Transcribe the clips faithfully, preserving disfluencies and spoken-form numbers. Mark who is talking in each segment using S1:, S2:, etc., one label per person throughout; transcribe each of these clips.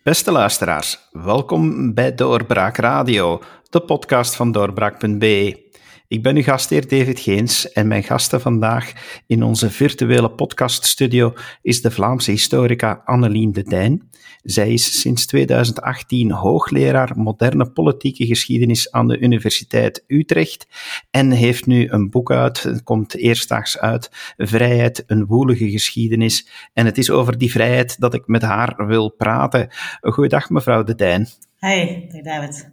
S1: Beste luisteraars, welkom bij Doorbraak Radio, de podcast van doorbraak punt b e. Ik ben uw gastheer David Geens en mijn gasten vandaag in onze virtuele podcaststudio is de Vlaamse historica Annelien de Dijn. Zij is sinds tweeduizend achttien hoogleraar moderne politieke geschiedenis aan de Universiteit Utrecht en heeft nu een boek uit, het komt eerstdaags uit, Vrijheid, een woelige geschiedenis. En het is over die vrijheid dat ik met haar wil praten. Goeiedag mevrouw de Dijn.
S2: Hey, dag David.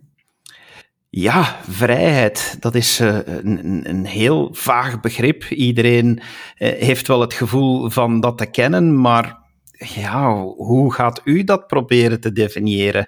S1: Ja, vrijheid, dat is uh, een, een heel vaag begrip. Iedereen uh, heeft wel het gevoel van dat te kennen, maar ja, hoe gaat u dat proberen te definiëren?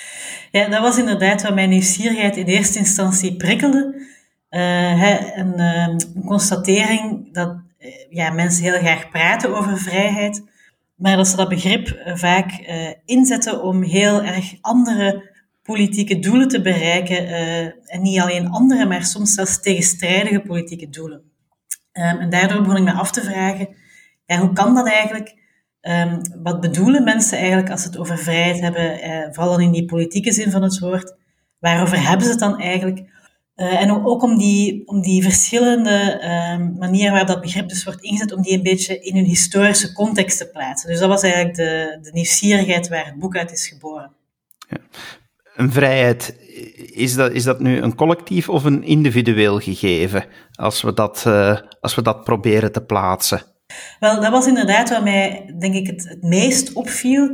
S2: Ja, dat was inderdaad wat mijn nieuwsgierigheid in eerste instantie prikkelde. Uh, hè, een, uh, een constatering dat uh, ja, mensen heel graag praten over vrijheid, maar dat ze dat begrip uh, vaak uh, inzetten om heel erg andere politieke doelen te bereiken. Uh, en niet alleen andere, maar soms zelfs tegenstrijdige politieke doelen. Um, en daardoor begon ik me af te vragen, ja, hoe kan dat eigenlijk? Um, wat bedoelen mensen eigenlijk als ze het over vrijheid hebben, uh, vooral in die politieke zin van het woord? Waarover hebben ze het dan eigenlijk? Uh, en ook om die, om die verschillende uh, manieren waarop dat begrip dus wordt ingezet, om die een beetje in hun historische context te plaatsen. Dus dat was eigenlijk de, de nieuwsgierigheid waar het boek uit is geboren.
S1: Ja. Een vrijheid, is dat, is dat nu een collectief of een individueel gegeven, als we dat, uh, als we dat proberen te plaatsen?
S2: Wel, dat was inderdaad wat mij, denk ik, het, het meest opviel.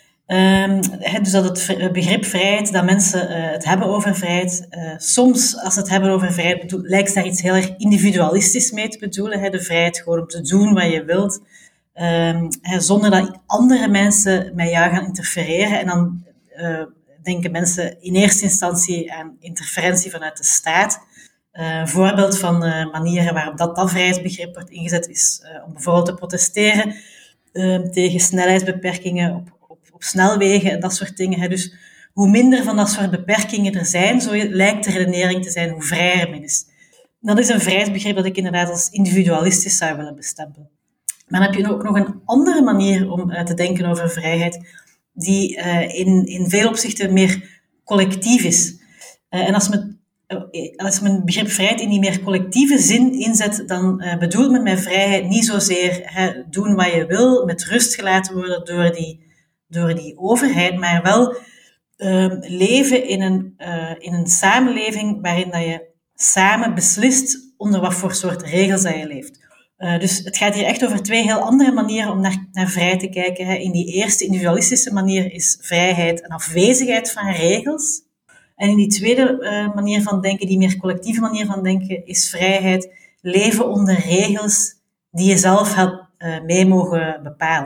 S2: Um, dus dat het begrip vrijheid, dat mensen uh, het hebben over vrijheid, uh, soms als ze het hebben over vrijheid, bedoel, lijkt daar iets heel erg individualistisch mee te bedoelen. Hè, de vrijheid gewoon om te doen wat je wilt, um, hè, zonder dat andere mensen met jou gaan interfereren. En dan uh, denken mensen in eerste instantie aan interferentie vanuit de staat. Uh, een voorbeeld van uh, manieren waarop dat, dat vrijheidsbegrip wordt ingezet is uh, om bijvoorbeeld te protesteren uh, tegen snelheidsbeperkingen op, op, op snelwegen en dat soort dingen. Hè. Dus hoe minder van dat soort beperkingen er zijn, zo lijkt de redenering te zijn hoe vrijer men is. Dat is een vrijheidsbegrip dat ik inderdaad als individualistisch zou willen bestempelen. Maar dan heb je ook nog een andere manier om uh, te denken over vrijheid, die uh, in, in veel opzichten meer collectief is. Uh, en als men Als men het begrip vrijheid in die meer collectieve zin inzet, dan uh, bedoelt men met vrijheid niet zozeer hè, doen wat je wil, met rust gelaten worden door die, door die overheid, maar wel uh, leven in een, uh, in een samenleving waarin dat je samen beslist onder wat voor soort regels dat je leeft. Uh, dus het gaat hier echt over twee heel andere manieren om naar, naar vrijheid te kijken. Hè. In die eerste individualistische manier is vrijheid een afwezigheid van regels. En in die tweede uh, manier van denken, die meer collectieve manier van denken, is vrijheid leven onder regels die je zelf hebt uh, mee mogen bepalen.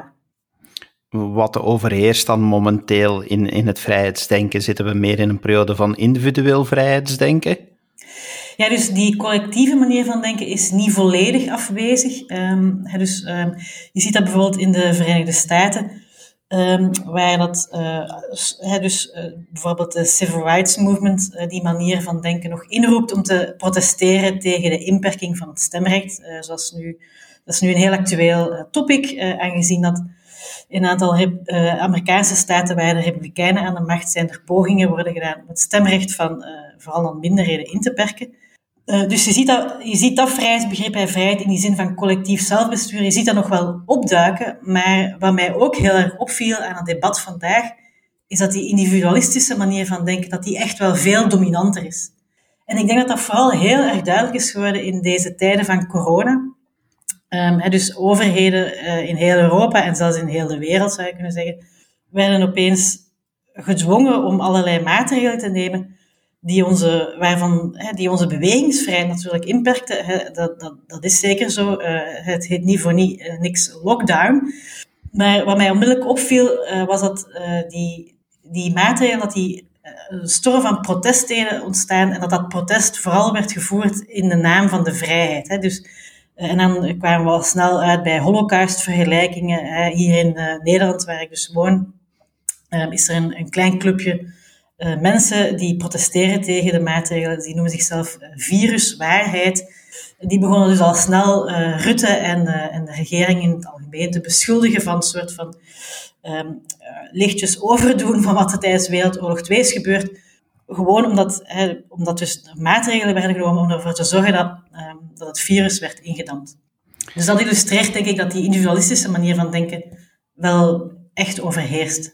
S1: Wat overheerst dan momenteel in, in het vrijheidsdenken? Zitten we meer in een periode van individueel vrijheidsdenken?
S2: Ja, dus die collectieve manier van denken is niet volledig afwezig. Um, dus, um, je ziet dat bijvoorbeeld in de Verenigde Staten, Um, waar dat, uh, dus uh, bijvoorbeeld de Civil Rights Movement uh, die manier van denken nog inroept om te protesteren tegen de inperking van het stemrecht. Uh, zoals nu, dat is nu een heel actueel uh, topic, uh, aangezien dat in een aantal uh, Amerikaanse staten waar de Republikeinen aan de macht zijn, er pogingen worden gedaan om het stemrecht van uh, vooral dan minderheden in te perken. Uh, dus je ziet, dat, je ziet dat vrijheidsbegrip en vrijheid in die zin van collectief zelfbestuur, je ziet dat nog wel opduiken, maar wat mij ook heel erg opviel aan het debat vandaag, is dat die individualistische manier van denken, dat die echt wel veel dominanter is. En ik denk dat dat vooral heel erg duidelijk is geworden in deze tijden van corona. Um, dus overheden uh, in heel Europa en zelfs in heel de wereld, zou je kunnen zeggen, werden opeens gedwongen om allerlei maatregelen te nemen die onze, waarvan, die onze bewegingsvrijheid natuurlijk inperkte. Dat, dat, dat is zeker zo. Uh, het heet niet voor niet, uh, niks lockdown. Maar wat mij onmiddellijk opviel, uh, was dat uh, die, die maatregelen, dat die uh, storm van protest deden ontstaan en dat dat protest vooral werd gevoerd in de naam van de vrijheid. Hè. Dus, uh, en dan kwamen we al snel uit bij holocaustvergelijkingen. Uh, hier in uh, Nederland, waar ik dus woon, uh, is er een, een klein clubje uh, mensen die protesteren tegen de maatregelen, die noemen zichzelf uh, viruswaarheid. Die begonnen dus al snel uh, Rutte en, uh, en de regering in het algemeen te beschuldigen van een soort van um, uh, lichtjes overdoen van wat er tijdens Wereldoorlog twee is gebeurd. Gewoon omdat, hè, omdat dus maatregelen werden genomen om ervoor te zorgen dat, um, dat het virus werd ingedampt. Dus dat illustreert, denk ik, dat die individualistische manier van denken wel echt overheerst.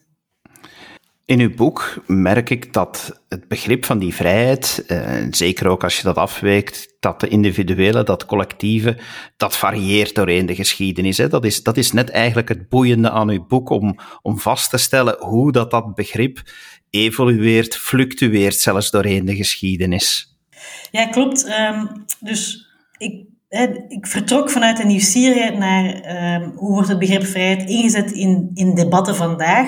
S1: In uw boek merk ik dat het begrip van die vrijheid, eh, zeker ook als je dat afweekt, dat de individuele, dat collectieve, dat varieert doorheen de geschiedenis. Hè. Dat is, dat is net eigenlijk het boeiende aan uw boek, om, om vast te stellen hoe dat, dat begrip evolueert, fluctueert zelfs doorheen de geschiedenis.
S2: Ja, klopt. Um, dus ik, hè, ik vertrok vanuit de nieuwsgierigheid naar um, hoe wordt het begrip vrijheid ingezet in, in debatten vandaag.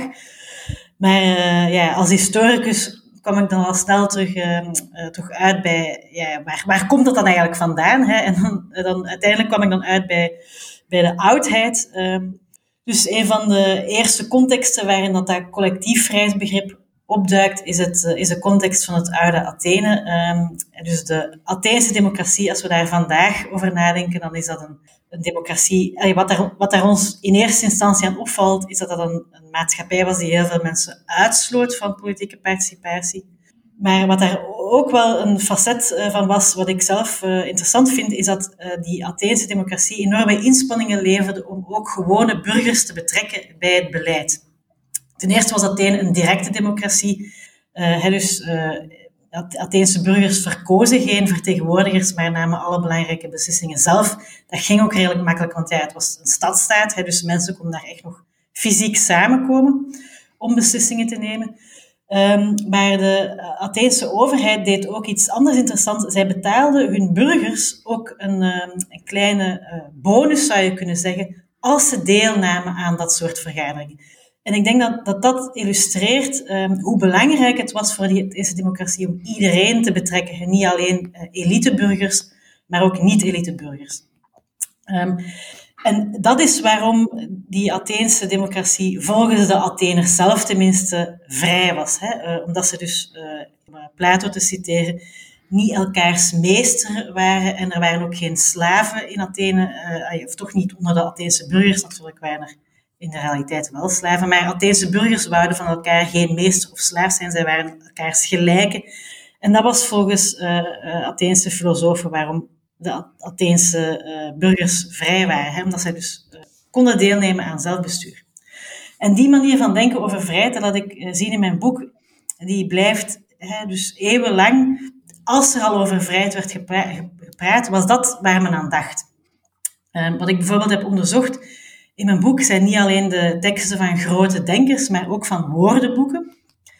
S2: Maar uh, ja, als historicus kwam ik dan al snel terug, uh, uh, terug uit bij, ja, waar, waar komt dat dan eigenlijk vandaan? Hè? En dan, dan, uiteindelijk kwam ik dan uit bij, bij de oudheid. Um, dus een van de eerste contexten waarin dat, dat collectief vrijheidsbegrip opduikt, is, het, uh, is de context van het oude Athene. Um, dus de Atheense democratie, als we daar vandaag over nadenken, dan is dat een, een democratie. Allee, wat, daar, wat daar ons in eerste instantie aan opvalt, is dat dat een, een maatschappij was die heel veel mensen uitsloot van politieke participatie. Maar wat daar ook wel een facet uh, van was, wat ik zelf uh, interessant vind, is dat uh, die Atheense democratie enorme inspanningen leverde om ook gewone burgers te betrekken bij het beleid. Ten eerste was Athene een directe democratie. Uh, dus uh, Atheense burgers verkozen geen vertegenwoordigers, maar namen alle belangrijke beslissingen zelf. Dat ging ook redelijk makkelijk, want ja, het was een stadstaat. Hè, dus mensen konden daar echt nog fysiek samenkomen om beslissingen te nemen. Um, maar de Atheense overheid deed ook iets anders interessants. Zij betaalden hun burgers ook een, um, een kleine uh, bonus, zou je kunnen zeggen, als ze deelnamen aan dat soort vergaderingen. En ik denk dat dat, dat illustreert um, hoe belangrijk het was voor die Atheense democratie om iedereen te betrekken. En niet alleen uh, eliteburgers, maar ook niet-eliteburgers. Um, en dat is waarom die Atheense democratie volgens de Atheners zelf tenminste vrij was. Hè? Uh, omdat ze dus, uh, om Plato te citeren, niet elkaars meester waren en er waren ook geen slaven in Athene, uh, of toch niet onder de Atheense burgers, natuurlijk waren er in de realiteit wel slaven, maar Atheense burgers wouden van elkaar geen meester of slaaf zijn, zij waren elkaars gelijken. En dat was volgens uh, uh, Atheense filosofen waarom de Atheense uh, burgers vrij waren, hè, omdat zij dus uh, konden deelnemen aan zelfbestuur. En die manier van denken over vrijheid, dat laat ik uh, zien in mijn boek, die blijft hè, dus eeuwenlang, als er al over vrijheid werd gepra- gepraat, was dat waar men aan dacht. Uh, wat ik bijvoorbeeld heb onderzocht in mijn boek zijn niet alleen de teksten van grote denkers, maar ook van woordenboeken.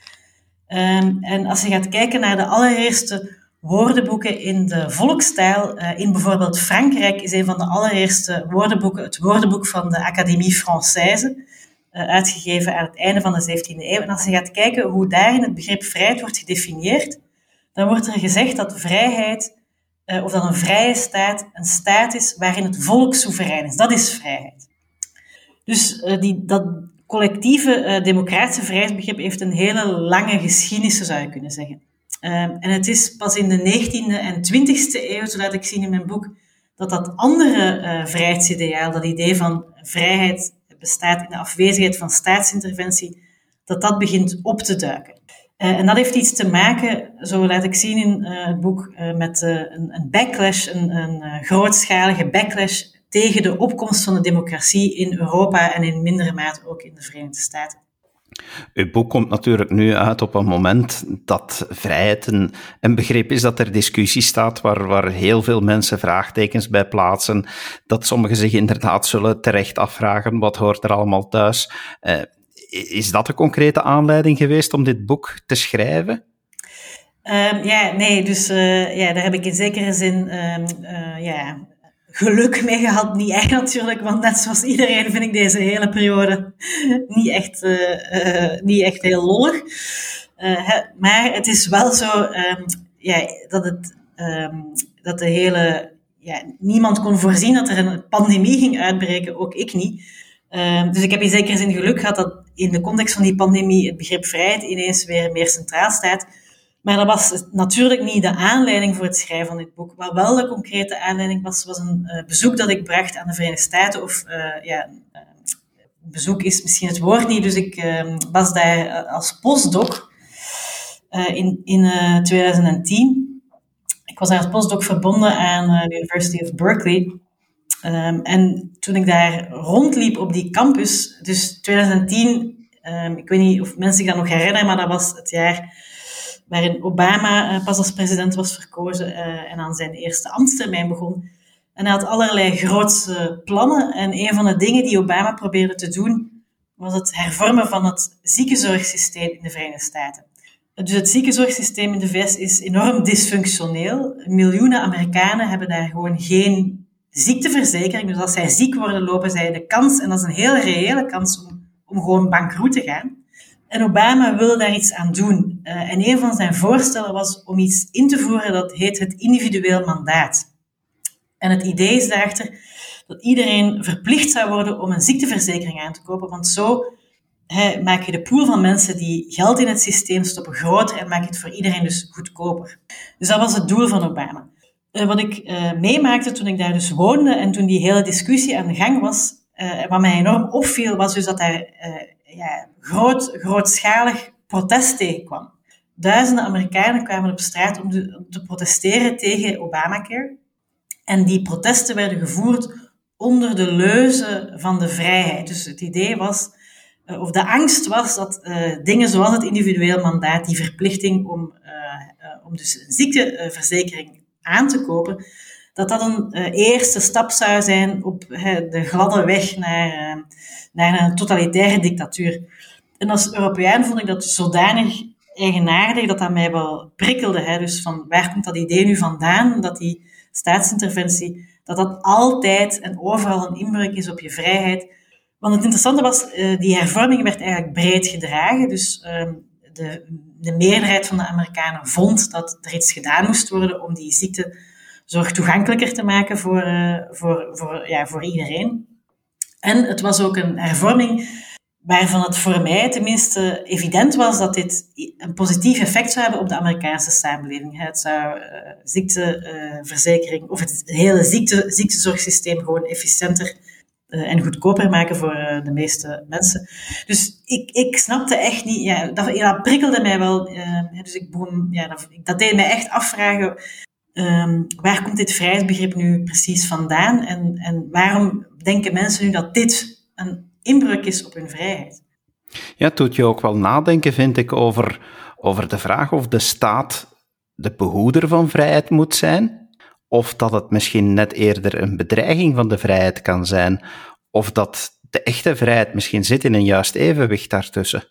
S2: Um, en als je gaat kijken naar de allereerste woordenboeken in de volkstaal, uh, in bijvoorbeeld Frankrijk is een van de allereerste woordenboeken het woordenboek van de Académie Française, uh, uitgegeven aan het einde van de zeventiende eeuw. En als je gaat kijken hoe daarin het begrip vrijheid wordt gedefinieerd, dan wordt er gezegd dat vrijheid, uh, of dat een vrije staat, een staat is waarin het volk soeverein is. Dat is vrijheid. Dus uh, die, dat collectieve uh, democratische vrijheidsbegrip heeft een hele lange geschiedenis, zou je kunnen zeggen. Uh, en het is pas in de negentiende en twintigste eeuw, zo laat ik zien in mijn boek, dat dat andere uh, vrijheidsideaal, dat idee van vrijheid bestaat in de afwezigheid van staatsinterventie, dat dat begint op te duiken. Uh, en dat heeft iets te maken, zo laat ik zien in uh, het boek, uh, met uh, een, een backlash, een, een uh, grootschalige backlash tegen de opkomst van de democratie in Europa en in mindere mate ook in de Verenigde Staten.
S1: Uw boek komt natuurlijk nu uit op een moment dat vrijheid een, een begrip is dat ter discussie staat, waar, waar heel veel mensen vraagtekens bij plaatsen, dat sommigen zich inderdaad zullen terecht afvragen, wat hoort er allemaal thuis? Uh, is dat de concrete aanleiding geweest om dit boek te schrijven?
S2: Um, ja, nee, dus uh, ja, daar heb ik in zekere zin um, uh, ja, geluk mee gehad. Niet echt natuurlijk, want net zoals iedereen vind ik deze hele periode niet echt, uh, uh, niet echt heel lollig. Uh, he, maar het is wel zo um, ja, dat, het, um, dat de hele... Ja, niemand kon voorzien dat er een pandemie ging uitbreken, ook ik niet. Uh, dus ik heb in zekere zin geluk gehad dat in de context van die pandemie het begrip vrijheid ineens weer meer centraal staat. Maar dat was natuurlijk niet de aanleiding voor het schrijven van dit boek. Wat wel de concrete aanleiding was, was een uh, bezoek dat ik bracht aan de Verenigde Staten. Of uh, ja, uh, bezoek is misschien het woord niet. Dus ik uh, was daar uh, als postdoc uh, in, in uh, twintig tien. Ik was daar als postdoc verbonden aan uh, de University of Berkeley. Um, en toen ik daar rondliep op die campus, dus twintig tien, um, ik weet niet of mensen zich dat nog herinneren, maar dat was het jaar waarin Obama uh, pas als president was verkozen uh, en aan zijn eerste ambtstermijn begon. En hij had allerlei grootse plannen. En een van de dingen die Obama probeerde te doen, was het hervormen van het ziekenzorgsysteem in de Verenigde Staten. Dus het ziekenzorgsysteem in de V S is enorm dysfunctioneel. Miljoenen Amerikanen hebben daar gewoon geen ziekteverzekering. Dus als zij ziek worden, lopen zij de kans, en dat is een heel reële kans, om, om gewoon bankroet te gaan. En Obama wilde daar iets aan doen. Uh, en een van zijn voorstellen was om iets in te voeren dat heet het individueel mandaat. En het idee is daarachter dat iedereen verplicht zou worden om een ziekteverzekering aan te kopen, want zo he, maak je de pool van mensen die geld in het systeem stoppen groter en maak je het voor iedereen dus goedkoper. Dus dat was het doel van Obama. Uh, wat ik uh, meemaakte toen ik daar dus woonde en toen die hele discussie aan de gang was, uh, wat mij enorm opviel, was dus dat daar uh, ja, groot, grootschalig protest tegenkwam. Duizenden Amerikanen kwamen op straat om te, om te protesteren tegen Obamacare. En die protesten werden gevoerd onder de leuze van de vrijheid. Dus het idee was, uh, of de angst was, dat uh, dingen zoals het individueel mandaat, die verplichting om, uh, uh, om dus een ziekteverzekering aan te kopen, dat dat een uh, eerste stap zou zijn op uh, de gladde weg naar, uh, naar een totalitaire dictatuur. En als Europeaan vond ik dat zodanig eigenaardig dat dat mij wel prikkelde. Hè? Dus van waar komt dat idee nu vandaan, dat die staatsinterventie, dat dat altijd en overal een inbreuk is op je vrijheid. Want het interessante was, uh, die hervorming werd eigenlijk breed gedragen. Dus uh, de, de meerderheid van de Amerikanen vond dat er iets gedaan moest worden om die ziektezorg toegankelijker te maken voor, uh, voor, voor, ja, voor iedereen. En het was ook een hervorming waarvan het voor mij tenminste evident was dat dit een positief effect zou hebben op de Amerikaanse samenleving. Het zou uh, ziekteverzekering, uh, of het hele ziekte, ziektezorgsysteem gewoon efficiënter uh, en goedkoper maken voor uh, de meeste mensen. Dus ik, ik snapte echt niet, ja, dat, ja, dat prikkelde mij wel. Uh, dus ik begon, ja, dat, dat deed mij echt afvragen, um, waar komt dit vrijheidsbegrip nu precies vandaan? En, en waarom denken mensen nu dat dit een inbreuk is op hun vrijheid?
S1: Ja, het doet je ook wel nadenken, vind ik, over, over de vraag of de staat de behoeder van vrijheid moet zijn, of dat het misschien net eerder een bedreiging van de vrijheid kan zijn, of dat de echte vrijheid misschien zit in een juist evenwicht daartussen.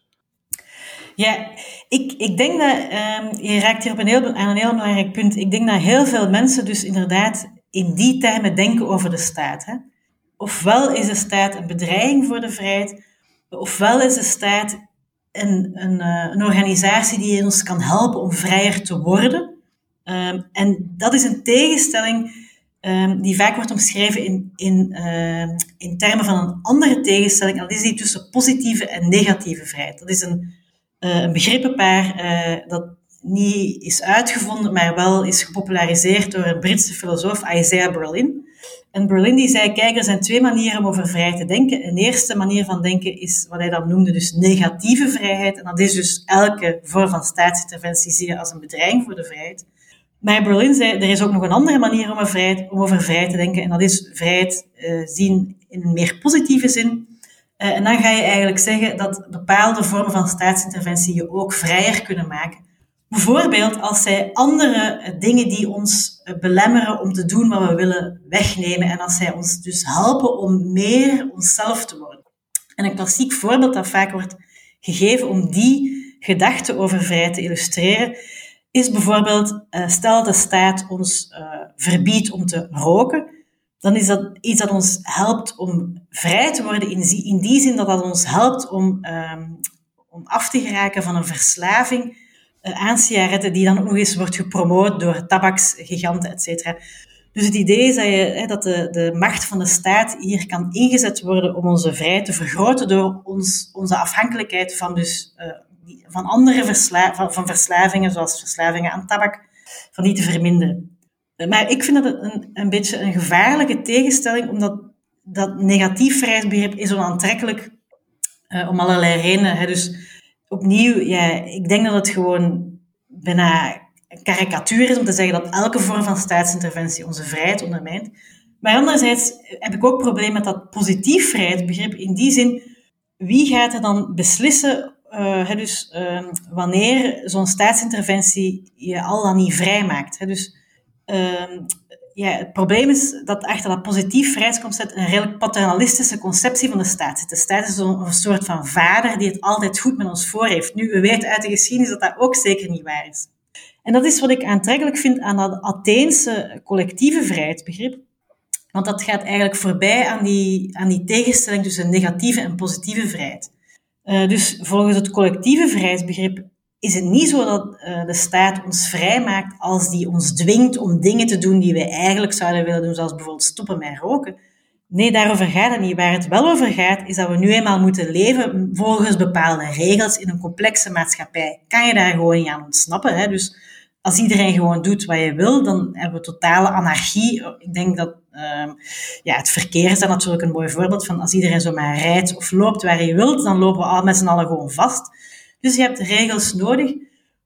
S2: Ja, ik, ik denk dat, um, je raakt hier op een heel, aan een heel belangrijk punt. Ik denk dat heel veel mensen dus inderdaad in die termen denken over de staat, hè. Ofwel is de staat een bedreiging voor de vrijheid, ofwel is de staat een, een, een organisatie die ons kan helpen om vrijer te worden. Um, en dat is een tegenstelling um, die vaak wordt omschreven in, in, uh, in termen van een andere tegenstelling. Dat is die tussen positieve en negatieve vrijheid. Dat is een, uh, een begrippenpaar uh, dat niet is uitgevonden, maar wel is gepopulariseerd door een Britse filosoof, Isaiah Berlin. En Berlin die zei, kijk, er zijn twee manieren om over vrijheid te denken. Een eerste manier van denken is wat hij dan noemde dus negatieve vrijheid. En dat is dus elke vorm van staatsinterventie zie je als een bedreiging voor de vrijheid. Maar Berlin zei, er is ook nog een andere manier om, vrijheid, om over vrijheid te denken. En dat is vrijheid uh, zien in een meer positieve zin. Uh, en dan ga je eigenlijk zeggen dat bepaalde vormen van staatsinterventie je ook vrijer kunnen maken. Bijvoorbeeld als zij andere dingen die ons belemmeren om te doen wat we willen wegnemen en als zij ons dus helpen om meer onszelf te worden. En een klassiek voorbeeld dat vaak wordt gegeven om die gedachte over vrijheid te illustreren, is bijvoorbeeld, uh, stel de staat ons uh, verbiedt om te roken, dan is dat iets dat ons helpt om vrij te worden in die, in die zin dat dat ons helpt om, um, om af te geraken van een verslaving aan sigaretten, die dan ook nog eens wordt gepromoot door tabaksgiganten, et cetera. Dus het idee is dat, je, dat de, de macht van de staat hier kan ingezet worden om onze vrijheid te vergroten door ons, onze afhankelijkheid van, dus, uh, die, van andere versla, van, van verslavingen, zoals verslavingen aan tabak, van die te verminderen. Maar ik vind dat een, een beetje een gevaarlijke tegenstelling, omdat dat negatief vrijheidsbegrip is onaantrekkelijk uh, om allerlei redenen. Hè. Dus opnieuw, ja, ik denk dat het gewoon bijna een karikatuur is om te zeggen dat elke vorm van staatsinterventie onze vrijheid ondermijnt. Maar anderzijds heb ik ook een probleem met dat positief vrijheidsbegrip. In die zin, wie gaat er dan beslissen uh, hè, dus, uh, wanneer zo'n staatsinterventie je al dan niet vrij maakt? Hè? Dus uh, ja, het probleem is dat achter dat positief vrijheidsconcept een redelijk paternalistische conceptie van de staat zit. De staat is een, een soort van vader die het altijd goed met ons voor heeft. Nu, we weten uit de geschiedenis dat dat ook zeker niet waar is. En dat is wat ik aantrekkelijk vind aan dat Atheense collectieve vrijheidsbegrip. Want dat gaat eigenlijk voorbij aan die, aan die tegenstelling tussen negatieve en positieve vrijheid. Uh, dus volgens het collectieve vrijheidsbegrip is het niet zo dat uh, de staat ons vrijmaakt als die ons dwingt om dingen te doen die wij eigenlijk zouden willen doen, zoals bijvoorbeeld stoppen met roken. Nee, daarover gaat het niet. Waar het wel over gaat, is dat we nu eenmaal moeten leven volgens bepaalde regels in een complexe maatschappij. Kan je daar gewoon niet aan ontsnappen, hè? Dus als iedereen gewoon doet wat je wil, dan hebben we totale anarchie. Ik denk dat uh, ja, het verkeer is daar natuurlijk een mooi voorbeeld van. Als iedereen zomaar rijdt of loopt waar je wilt, dan lopen we al met z'n allen gewoon vast. Dus je hebt regels nodig.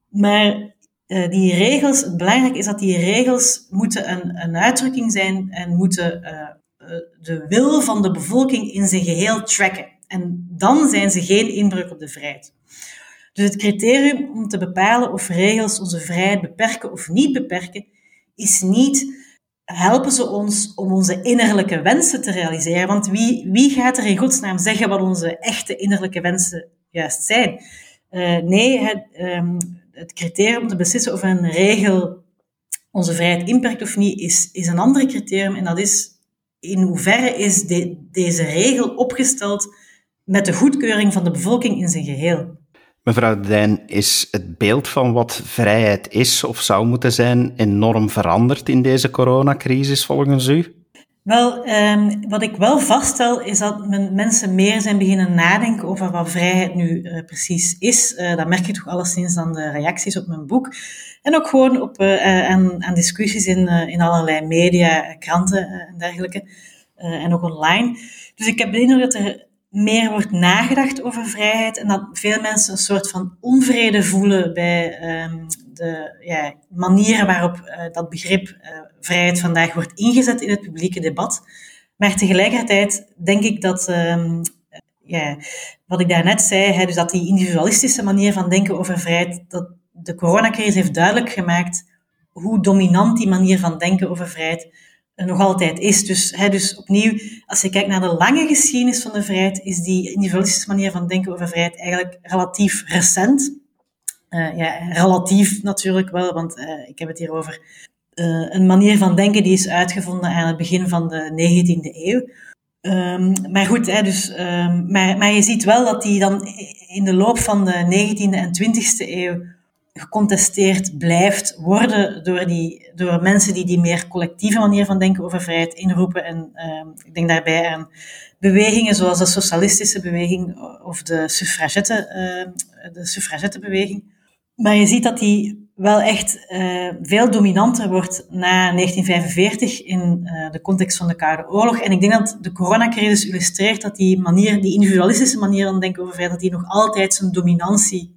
S2: Maar uh, die regels, het belangrijke is dat die regels moeten een, een uitdrukking zijn en moeten uh, uh, de wil van de bevolking in zijn geheel tracken. En dan zijn ze geen inbreuk op de vrijheid. Dus het criterium om te bepalen of regels onze vrijheid beperken of niet beperken, is niet, helpen ze ons om onze innerlijke wensen te realiseren? Want wie, wie gaat er in godsnaam zeggen wat onze echte innerlijke wensen juist zijn? Uh, nee, het, um, het criterium om te beslissen of een regel onze vrijheid inperkt of niet, is, is een ander criterium. En dat is, in hoeverre is de, deze regel opgesteld met de goedkeuring van de bevolking in zijn geheel?
S1: Mevrouw De Dijn, is het beeld van wat vrijheid is of zou moeten zijn enorm veranderd in deze coronacrisis volgens u?
S2: Wel, um, wat ik wel vaststel is dat men, mensen meer zijn beginnen nadenken over wat vrijheid nu uh, precies is. Uh, dat merk je toch alleszins aan de reacties op mijn boek. En ook gewoon op, uh, aan, aan discussies in, uh, in allerlei media, kranten uh, en dergelijke. Uh, en ook online. Dus ik heb de indruk dat er meer wordt nagedacht over vrijheid en dat veel mensen een soort van onvrede voelen bij um, de ja, manieren waarop uh, dat begrip uh, vrijheid vandaag wordt ingezet in het publieke debat. Maar tegelijkertijd denk ik dat, um, ja, wat ik daarnet zei, hè, dus dat die individualistische manier van denken over vrijheid, dat de coronacrisis heeft duidelijk gemaakt hoe dominant die manier van denken over vrijheid nog altijd is. Dus, hè, dus opnieuw, als je kijkt naar de lange geschiedenis van de vrijheid, is die individualistische manier van denken over vrijheid eigenlijk relatief recent. Uh, ja, relatief natuurlijk wel, want uh, ik heb het hier over uh, een manier van denken die is uitgevonden aan het begin van de negentiende eeuw. Um, maar goed, hè, dus, um, maar, maar je ziet wel dat die dan in de loop van de negentiende en twintigste eeuw gecontesteerd blijft worden door, die, door mensen die die meer collectieve manier van denken over vrijheid inroepen. En uh, ik denk daarbij aan bewegingen zoals de socialistische beweging of de suffragette, uh, de suffragettenbeweging. Maar je ziet dat die wel echt uh, veel dominanter wordt na negentien vijfenveertig in uh, de context van de Koude Oorlog. En ik denk dat de coronacrisis illustreert dat die manier, die individualistische manier van denken over vrijheid, dat die nog altijd zijn dominantie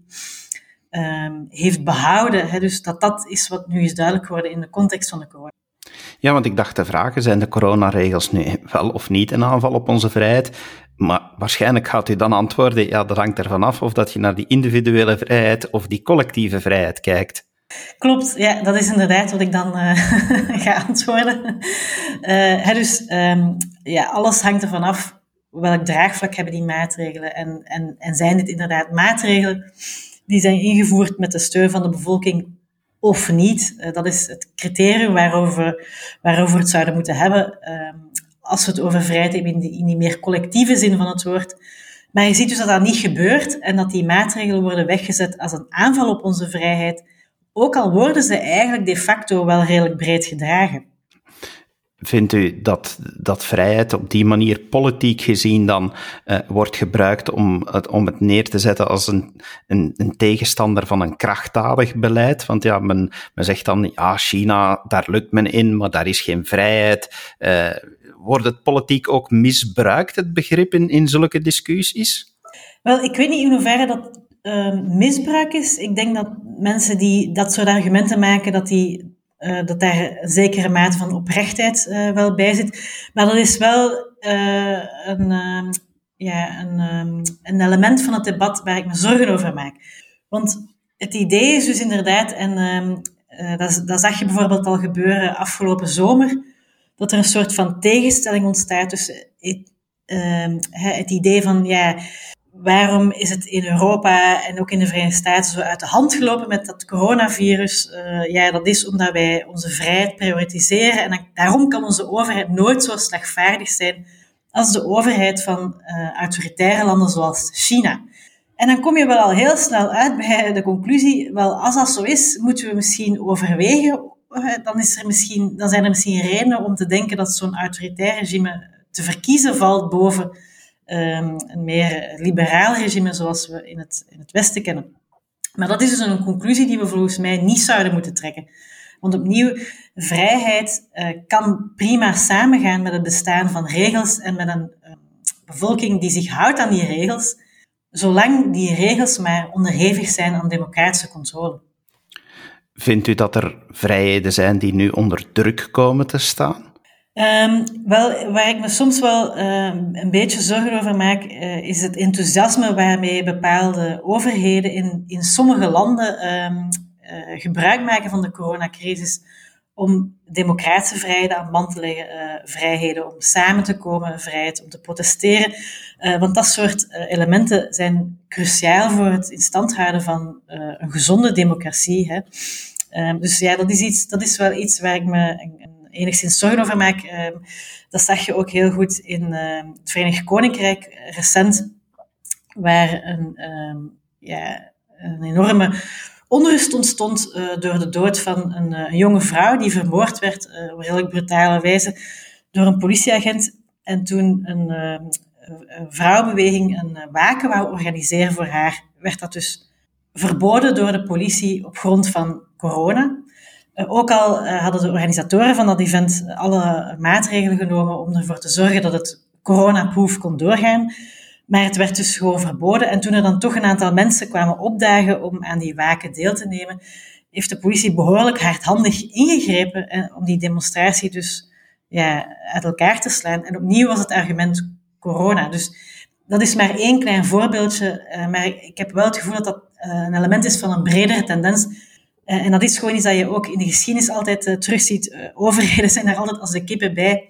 S2: Um, heeft behouden. Hè? Dus dat dat is wat nu is duidelijk geworden in de context van de corona.
S1: Ja, want ik dacht te vragen, zijn de coronaregels nu wel of niet een aanval op onze vrijheid? Maar waarschijnlijk gaat u dan antwoorden, ja, dat hangt ervan af of dat je naar die individuele vrijheid of die collectieve vrijheid kijkt.
S2: Klopt, ja, dat is inderdaad wat ik dan uh, ga antwoorden. Uh, hè, dus um, ja, alles hangt ervan af welk draagvlak hebben die maatregelen en, en, en zijn dit inderdaad maatregelen die zijn ingevoerd met de steun van de bevolking of niet. Uh, dat is het criterium waarover, waarover we het zouden moeten hebben. Uh, als we het over vrijheid hebben in die, in die meer collectieve zin van het woord. Maar je ziet dus dat dat niet gebeurt en dat die maatregelen worden weggezet als een aanval op onze vrijheid. Ook al worden ze eigenlijk de facto wel redelijk breed gedragen.
S1: Vindt u dat, dat vrijheid op die manier politiek gezien dan uh, wordt gebruikt om het, om het neer te zetten als een, een, een tegenstander van een krachtdadig beleid? Want ja, men, men zegt dan, ja, China, daar lukt men in, maar daar is geen vrijheid. Uh, wordt het politiek ook misbruikt, het begrip, in, in zulke discussies?
S2: Wel, ik weet niet in hoeverre dat uh, misbruik is. Ik denk dat mensen die dat soort argumenten maken, dat die... Uh, dat daar een zekere mate van oprechtheid uh, wel bij zit. Maar dat is wel uh, een, uh, ja, een, um, een element van het debat waar ik me zorgen over maak. Want het idee is dus inderdaad, en uh, dat, dat zag je bijvoorbeeld al gebeuren afgelopen zomer, dat er een soort van tegenstelling ontstaat tussen het, uh, het idee van, ja, waarom is het in Europa en ook in de Verenigde Staten zo uit de hand gelopen met dat coronavirus? Uh, ja, dat is omdat wij onze vrijheid prioritiseren en dan, daarom kan onze overheid nooit zo slagvaardig zijn als de overheid van uh, autoritaire landen zoals China. En dan kom je wel al heel snel uit bij de conclusie, wel, als dat zo is, moeten we misschien overwegen, uh, dan, is er misschien, dan zijn er misschien redenen om te denken dat zo'n autoritair regime te verkiezen valt boven Um, een meer liberaal regime zoals we in het, in het Westen kennen. Maar dat is dus een conclusie die we volgens mij niet zouden moeten trekken. Want opnieuw, vrijheid uh, kan prima samengaan met het bestaan van regels en met een uh, bevolking die zich houdt aan die regels, zolang die regels maar onderhevig zijn aan democratische controle.
S1: Vindt u dat er vrijheden zijn die nu onder druk komen te staan?
S2: Um, wel, waar ik me soms wel um, een beetje zorgen over maak, uh, is het enthousiasme waarmee bepaalde overheden in, in sommige landen um, uh, gebruik maken van de coronacrisis om democratische vrijheden aan band te leggen, uh, vrijheden om samen te komen, vrijheid om te protesteren. Uh, want dat soort uh, elementen zijn cruciaal voor het in stand houden van uh, een gezonde democratie. Hè. Um, dus ja, dat is, iets, dat is wel iets waar ik me enigszins zorgen over maak. Uh, dat zag je ook heel goed in uh, het Verenigd Koninkrijk uh, recent, waar een, um, ja, een enorme onrust ontstond uh, door de dood van een, uh, een jonge vrouw die vermoord werd uh, op redelijk brutale wijze door een politieagent. En toen een, uh, een vrouwenbeweging een waken wou organiseren voor haar, werd dat dus verboden door de politie op grond van corona. Uh, ook al uh, hadden de organisatoren van dat event alle maatregelen genomen om ervoor te zorgen dat het coronaproof kon doorgaan. Maar het werd dus gewoon verboden. En toen er dan toch een aantal mensen kwamen opdagen om aan die waken deel te nemen, heeft de politie behoorlijk hardhandig ingegrepen en, om die demonstratie dus ja, uit elkaar te slaan. En opnieuw was het argument corona. Dus dat is maar één klein voorbeeldje. Uh, maar ik heb wel het gevoel dat dat uh, een element is van een bredere tendens. Uh, en dat is gewoon iets dat je ook in de geschiedenis altijd uh, terugziet. Uh, overheden zijn daar altijd als de kippen bij.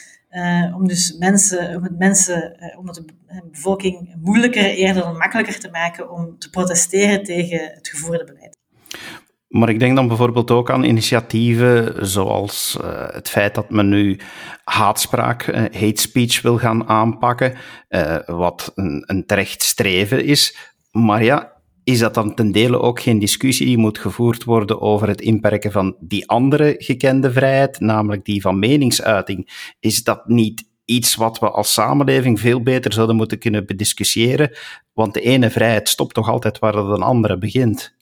S2: Uh, om dus mensen, om het mensen, uh, om het de bevolking moeilijker eerder dan makkelijker te maken om te protesteren tegen het gevoerde beleid.
S1: Maar ik denk dan bijvoorbeeld ook aan initiatieven zoals uh, het feit dat men nu haatspraak, uh, hate speech wil gaan aanpakken, uh, wat een, een terecht streven is. Maar ja, is dat dan ten dele ook geen discussie die moet gevoerd worden over het inperken van die andere gekende vrijheid, namelijk die van meningsuiting? Is dat niet iets wat we als samenleving veel beter zouden moeten kunnen bediscussiëren? Want de ene vrijheid stopt toch altijd waar de andere begint?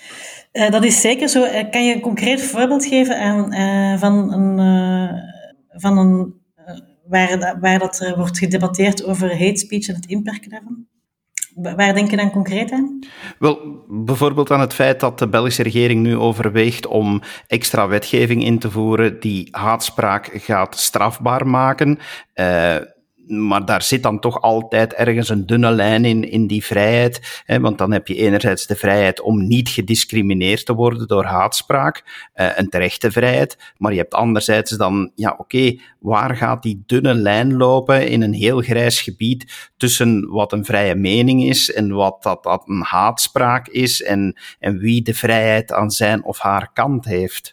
S2: Uh, dat is zeker zo. Uh, kan je een concreet voorbeeld geven aan, uh, van een, uh, van een uh, waar, waar dat er wordt gedebatteerd over hate speech en het inperken daarvan? Waar denk je dan concreet aan?
S1: Wel, bijvoorbeeld aan het feit dat de Belgische regering nu overweegt om extra wetgeving in te voeren die haatspraak gaat strafbaar maken. Uh, Maar daar zit dan toch altijd ergens een dunne lijn in, in die vrijheid. Hè, want dan heb je enerzijds de vrijheid om niet gediscrimineerd te worden door haatspraak. Uh, een terechte vrijheid. Maar je hebt anderzijds dan, ja oké, okay, waar gaat die dunne lijn lopen in een heel grijs gebied tussen wat een vrije mening is en wat dat, dat een haatspraak is en, en wie de vrijheid aan zijn of haar kant heeft?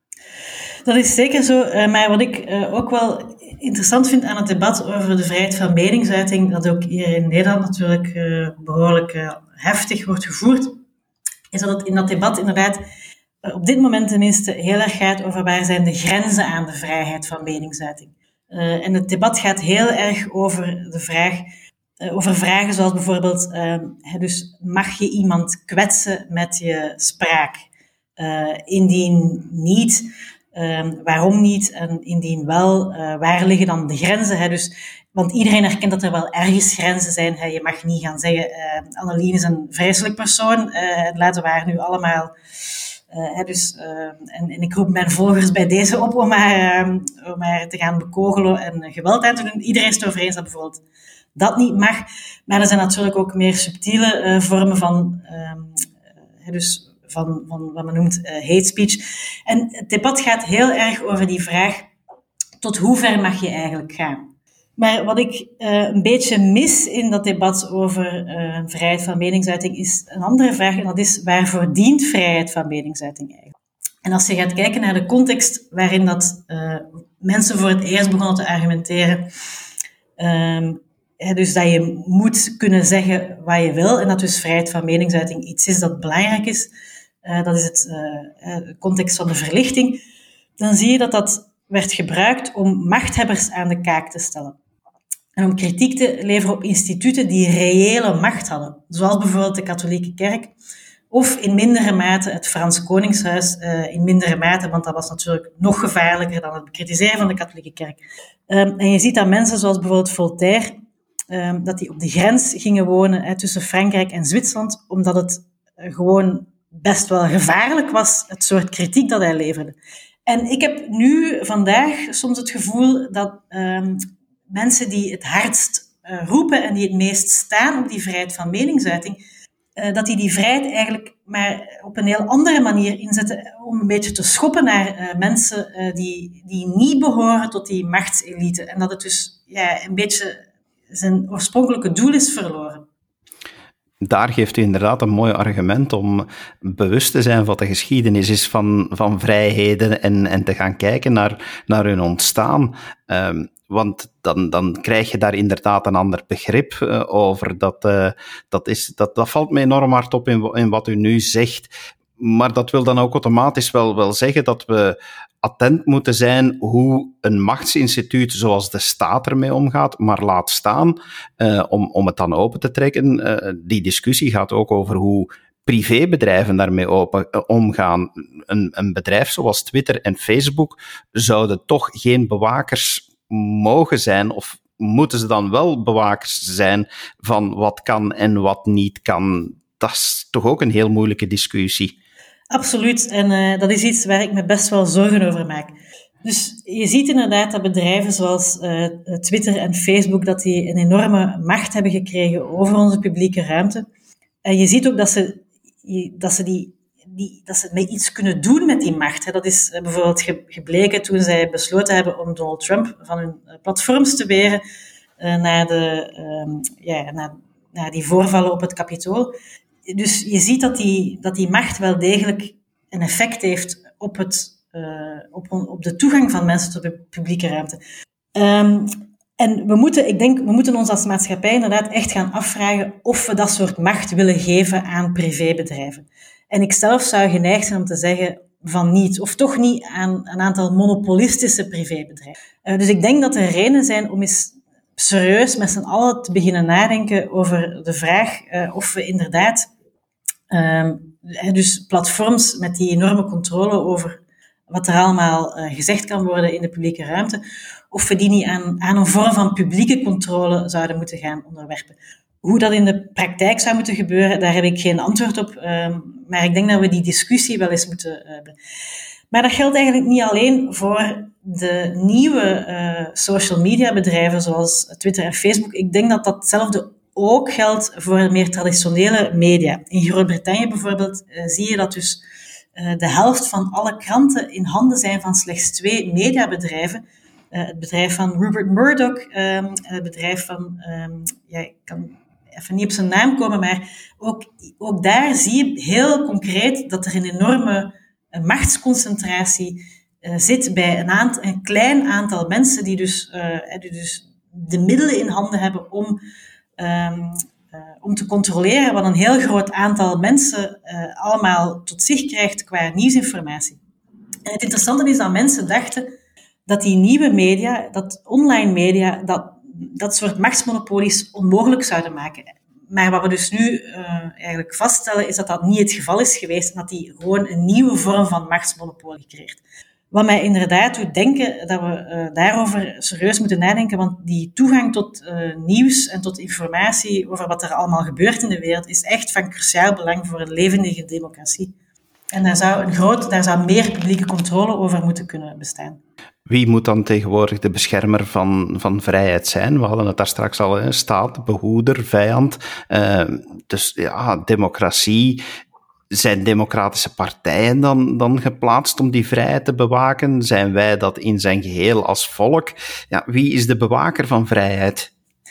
S2: Dat is zeker zo, maar wat ik ook wel interessant vind aan het debat over de vrijheid van meningsuiting, dat ook hier in Nederland natuurlijk behoorlijk heftig wordt gevoerd, is dat het in dat debat inderdaad op dit moment tenminste heel erg gaat over waar zijn de grenzen aan de vrijheid van meningsuiting. Uh, en het debat gaat heel erg over de vraag, uh, over vragen zoals bijvoorbeeld, uh, dus mag je iemand kwetsen met je spraak? Uh, indien niet, uh, waarom niet? En indien wel, uh, waar liggen dan de grenzen? Hè? Dus, want iedereen herkent dat er wel ergens grenzen zijn. Hè? Je mag niet gaan zeggen, uh, Annelien is een vreselijk persoon. Uh, laten we haar nu allemaal... Uh, dus, uh, en, en ik roep mijn volgers bij deze op om haar, uh, om haar te gaan bekogelen en geweld aan te doen. Iedereen is het over eens dat bijvoorbeeld dat niet mag. Maar er zijn natuurlijk ook meer subtiele uh, vormen van... Um, uh, dus, Van, van wat men noemt uh, hate speech. En het debat gaat heel erg over die vraag, tot hoe ver mag je eigenlijk gaan? Maar wat ik uh, een beetje mis in dat debat over uh, vrijheid van meningsuiting is een andere vraag, en dat is, waarvoor dient vrijheid van meningsuiting eigenlijk? En als je gaat kijken naar de context waarin dat uh, mensen voor het eerst begonnen te argumenteren, um, He, dus dat je moet kunnen zeggen wat je wil en dat dus vrijheid van meningsuiting iets is dat belangrijk is. Uh, dat is het uh, context van de verlichting. Dan zie je dat dat werd gebruikt om machthebbers aan de kaak te stellen. En om kritiek te leveren op instituten die reële macht hadden. Zoals bijvoorbeeld de katholieke kerk. Of in mindere mate het Frans Koningshuis. Uh, in mindere mate, want dat was natuurlijk nog gevaarlijker dan het bekritiseren van de katholieke kerk. Um, en je ziet dat mensen zoals bijvoorbeeld Voltaire... Um, dat die op de grens gingen wonen hè, tussen Frankrijk en Zwitserland, omdat het uh, gewoon best wel gevaarlijk was, het soort kritiek dat hij leverde. En ik heb nu vandaag soms het gevoel dat um, mensen die het hardst uh, roepen en die het meest staan op die vrijheid van meningsuiting, uh, dat die die vrijheid eigenlijk maar op een heel andere manier inzetten om een beetje te schoppen naar uh, mensen uh, die, die niet behoren tot die machtselite. En dat het dus ja, een beetje zijn oorspronkelijke doel is verloren.
S1: Daar geeft u inderdaad een mooi argument om bewust te zijn wat de geschiedenis is van, van vrijheden en, en te gaan kijken naar, naar hun ontstaan. Um, want dan, dan krijg je daar inderdaad een ander begrip uh, over. Dat, uh, dat, is, dat, dat valt me enorm hard op in, in wat u nu zegt. Maar dat wil dan ook automatisch wel, wel zeggen dat we attent moeten zijn hoe een machtsinstituut zoals de staat ermee omgaat, maar laat staan, uh, om, om het dan open te trekken. Uh, die discussie gaat ook over hoe privébedrijven daarmee open, uh, omgaan. Een, een bedrijf zoals Twitter en Facebook zouden toch geen bewakers mogen zijn, of moeten ze dan wel bewakers zijn van wat kan en wat niet kan? Dat is toch ook een heel moeilijke discussie.
S2: Absoluut, en uh, dat is iets waar ik me best wel zorgen over maak. Dus je ziet inderdaad dat bedrijven zoals uh, Twitter en Facebook, dat die een enorme macht hebben gekregen over onze publieke ruimte. En je ziet ook dat ze, dat ze, die, die, dat ze mee iets kunnen doen met die macht. Hè. Dat is uh, bijvoorbeeld ge, gebleken toen zij besloten hebben om Donald Trump van hun uh, platforms te weren uh, na, de, um, ja, na, na die voorvallen op het Capitool. Dus je ziet dat die, dat die macht wel degelijk een effect heeft op, het, uh, op, op de toegang van mensen tot de publieke ruimte. Um, en we moeten, ik denk, we moeten ons als maatschappij inderdaad echt gaan afvragen of we dat soort macht willen geven aan privébedrijven. En ik zelf zou geneigd zijn om te zeggen van niet, of toch niet aan een aantal monopolistische privébedrijven. Uh, dus ik denk dat er redenen zijn om eens serieus met z'n allen te beginnen nadenken over de vraag uh, of we inderdaad Um, dus platforms met die enorme controle over wat er allemaal uh, gezegd kan worden in de publieke ruimte, of we die niet aan, aan een vorm van publieke controle zouden moeten gaan onderwerpen. Hoe dat in de praktijk zou moeten gebeuren, daar heb ik geen antwoord op, um, maar ik denk dat we die discussie wel eens moeten hebben. Uh, maar dat geldt eigenlijk niet alleen voor de nieuwe uh, social media bedrijven zoals Twitter en Facebook. Ik denk dat datzelfde ook geldt voor meer traditionele media. In Groot-Brittannië bijvoorbeeld uh, zie je dat dus uh, de helft van alle kranten in handen zijn van slechts twee mediabedrijven. Uh, het bedrijf van Rupert Murdoch, um, het bedrijf van, um, ja, ik kan even niet op zijn naam komen, maar ook, ook daar zie je heel concreet dat er een enorme uh, machtsconcentratie uh, zit bij een, aant- een klein aantal mensen die dus, uh, die dus de middelen in handen hebben om Um, uh, om te controleren wat een heel groot aantal mensen uh, allemaal tot zich krijgt qua nieuwsinformatie. En het interessante is dat mensen dachten dat die nieuwe media, dat online media, dat, dat soort machtsmonopolies onmogelijk zouden maken. Maar wat we dus nu uh, eigenlijk vaststellen, is dat dat niet het geval is geweest en dat die gewoon een nieuwe vorm van machtsmonopolie creëert. Wat mij inderdaad doet denken dat we uh, daarover serieus moeten nadenken, want die toegang tot uh, nieuws en tot informatie over wat er allemaal gebeurt in de wereld is echt van cruciaal belang voor een levendige democratie. En daar zou, een groot, daar zou meer publieke controle over moeten kunnen bestaan.
S1: Wie moet dan tegenwoordig de beschermer van, van vrijheid zijn? We hadden het daar straks al, hè? Staat, behoeder, vijand. Uh, dus ja, democratie. Zijn democratische partijen dan, dan geplaatst om die vrijheid te bewaken? Zijn wij dat in zijn geheel als volk? Ja, wie is de bewaker van vrijheid?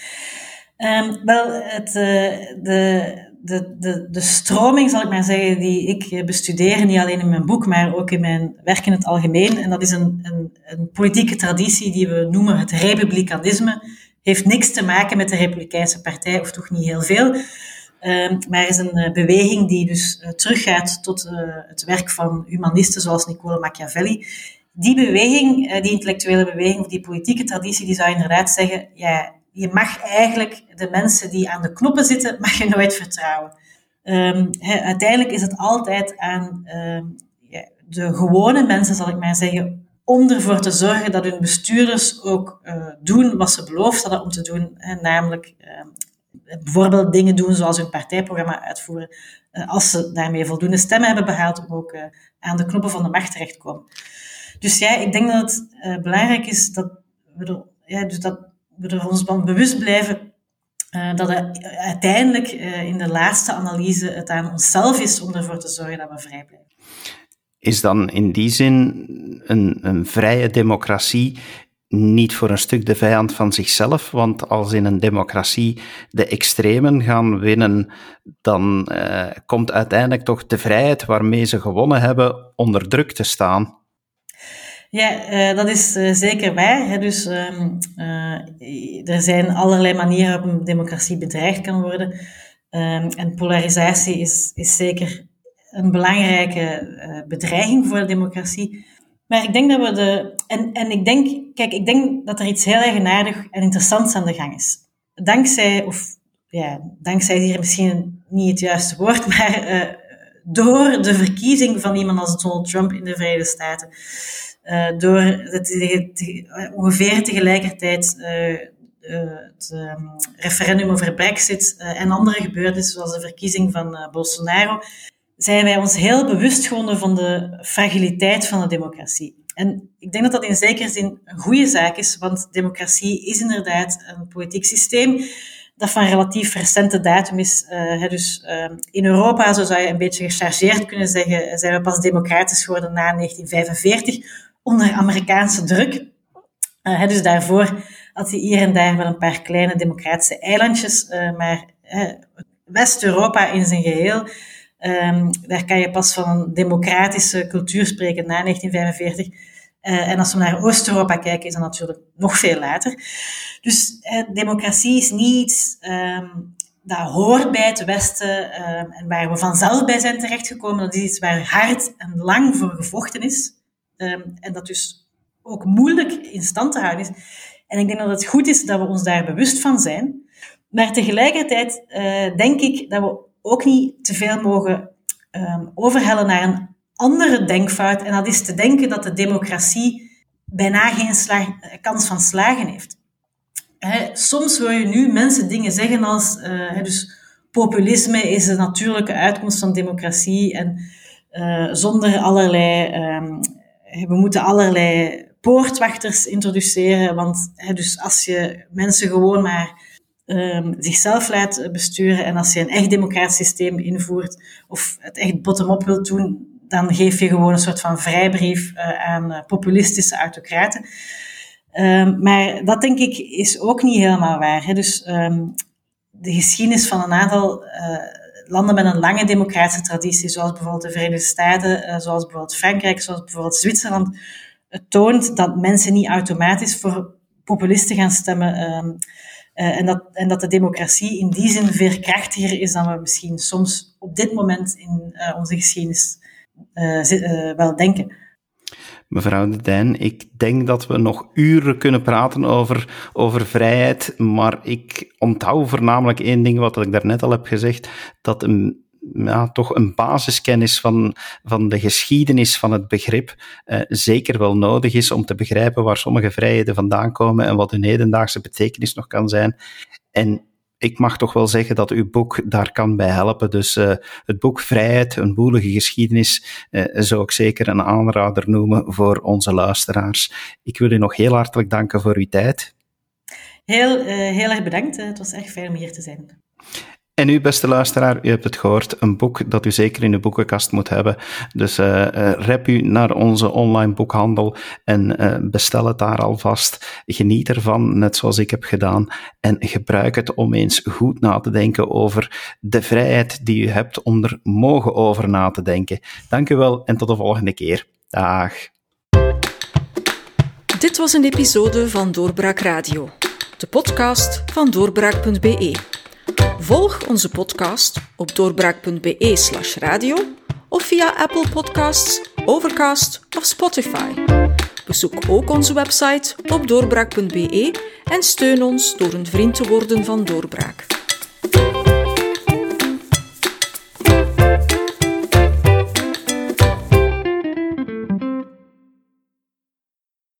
S2: Um, wel, het, uh, de... De, de, de stroming, zal ik maar zeggen, die ik bestudeer, niet alleen in mijn boek, maar ook in mijn werk in het algemeen. En dat is een, een, een politieke traditie die we noemen het republikeinisme. Heeft niks te maken met de Republikeinse Partij, of toch niet heel veel. Um, maar is een uh, beweging die dus uh, teruggaat tot uh, het werk van humanisten zoals Niccolò Machiavelli. Die beweging, uh, die intellectuele beweging, of die politieke traditie, die zou inderdaad zeggen, ja, je mag eigenlijk de mensen die aan de knoppen zitten, mag je nooit vertrouwen. Um, he, uiteindelijk is het altijd aan um, ja, de gewone mensen, zal ik maar zeggen, om ervoor te zorgen dat hun bestuurders ook uh, doen wat ze beloofd hadden om te doen. He, namelijk um, bijvoorbeeld dingen doen zoals hun partijprogramma uitvoeren. Uh, als ze daarmee voldoende stemmen hebben behaald om ook uh, aan de knoppen van de macht terecht te komen. Dus ja, ik denk dat het uh, belangrijk is dat we er, ja, dus dat we er ons van bewust blijven uh, dat het uiteindelijk uh, in de laatste analyse het aan onszelf is om ervoor te zorgen dat we vrij blijven.
S1: Is dan in die zin een, een vrije democratie niet voor een stuk de vijand van zichzelf? Want als in een democratie de extremen gaan winnen, dan uh, komt uiteindelijk toch de vrijheid waarmee ze gewonnen hebben onder druk te staan.
S2: Ja, uh, dat is uh, zeker waar. Hè. Dus um, uh, er zijn allerlei manieren waarop een democratie bedreigd kan worden. Um, en polarisatie is, is zeker een belangrijke uh, bedreiging voor de democratie. Maar ik denk dat we de... En, en ik denk... Kijk, ik denk dat er iets heel eigenaardig en interessants aan de gang is. Dankzij... Of ja, dankzij is hier misschien niet het juiste woord, maar uh, door de verkiezing van iemand als Donald Trump in de Verenigde Staten... Uh, door het, te, ongeveer tegelijkertijd uh, uh, het um, referendum over Brexit uh, en andere gebeurtenissen, zoals de verkiezing van uh, Bolsonaro, zijn wij ons heel bewust geworden van de fragiliteit van de democratie. En ik denk dat dat in zekere zin een goede zaak is, want democratie is inderdaad een politiek systeem dat van relatief recente datum is. Uh, dus uh, in Europa, zo zou je een beetje gechargeerd kunnen zeggen, zijn we pas democratisch geworden na negentien vijfenveertig, onder Amerikaanse druk. Uh, dus daarvoor had je hier en daar wel een paar kleine democratische eilandjes, uh, maar uh, West-Europa in zijn geheel, um, daar kan je pas van een democratische cultuur spreken na negentien vijfenveertig. Uh, en als we naar Oost-Europa kijken, is dat natuurlijk nog veel later. Dus uh, democratie is niet iets um, dat hoort bij het Westen um, en waar we vanzelf bij zijn terechtgekomen. Dat is iets waar hard en lang voor gevochten is. Um, en dat dus ook moeilijk in stand te houden is. En ik denk dat het goed is dat we ons daar bewust van zijn. Maar tegelijkertijd uh, denk ik dat we ook niet te veel mogen um, overhellen naar een andere denkfout. En dat is te denken dat de democratie bijna geen slag, kans van slagen heeft. He, soms hoor je nu mensen dingen zeggen als uh, dus populisme is een natuurlijke uitkomst van democratie en uh, zonder allerlei... Um, we moeten allerlei poortwachters introduceren, want he, dus als je mensen gewoon maar um, zichzelf laat besturen en als je een echt democratisch systeem invoert of het echt bottom-up wilt doen, dan geef je gewoon een soort van vrijbrief uh, aan uh, populistische autocraten. Um, maar dat, denk ik, is ook niet helemaal waar. Hè. Dus um, de geschiedenis van een aantal uh, landen met een lange democratische traditie, zoals bijvoorbeeld de Verenigde Staten, uh, zoals bijvoorbeeld Frankrijk, zoals bijvoorbeeld Zwitserland, het toont dat mensen niet automatisch voor populisten gaan stemmen. Um, Uh, en, dat, en dat de democratie in die zin veerkrachtiger is dan we misschien soms op dit moment in uh, onze geschiedenis uh, uh, wel denken.
S1: Mevrouw De Dijn, ik denk dat we nog uren kunnen praten over, over vrijheid, maar ik onthoud voornamelijk één ding wat ik daarnet al heb gezegd, dat een Ja, toch een basiskennis van, van de geschiedenis van het begrip uh, zeker wel nodig is om te begrijpen waar sommige vrijheden vandaan komen en wat hun hedendaagse betekenis nog kan zijn. En ik mag toch wel zeggen dat uw boek daar kan bij helpen. Dus uh, het boek Vrijheid, een woelige geschiedenis, uh, zou ik zeker een aanrader noemen voor onze luisteraars. Ik wil u nog heel hartelijk danken voor uw tijd.
S2: Heel, uh, heel erg bedankt. Het was echt fijn om hier te zijn.
S1: En u, beste luisteraar, u hebt het gehoord, een boek dat u zeker in uw boekenkast moet hebben. Dus uh, uh, rep u naar onze online boekhandel en uh, bestel het daar alvast. Geniet ervan, net zoals ik heb gedaan. En gebruik het om eens goed na te denken over de vrijheid die u hebt om er mogen over na te denken. Dank u wel en tot de volgende keer. Dag.
S3: Dit was een episode van Doorbraak Radio, de podcast van doorbraak punt b e. Volg onze podcast op doorbraak punt b e slash radio of via Apple Podcasts, Overcast of Spotify. Bezoek ook onze website op doorbraak punt b e en steun ons door een vriend te worden van Doorbraak.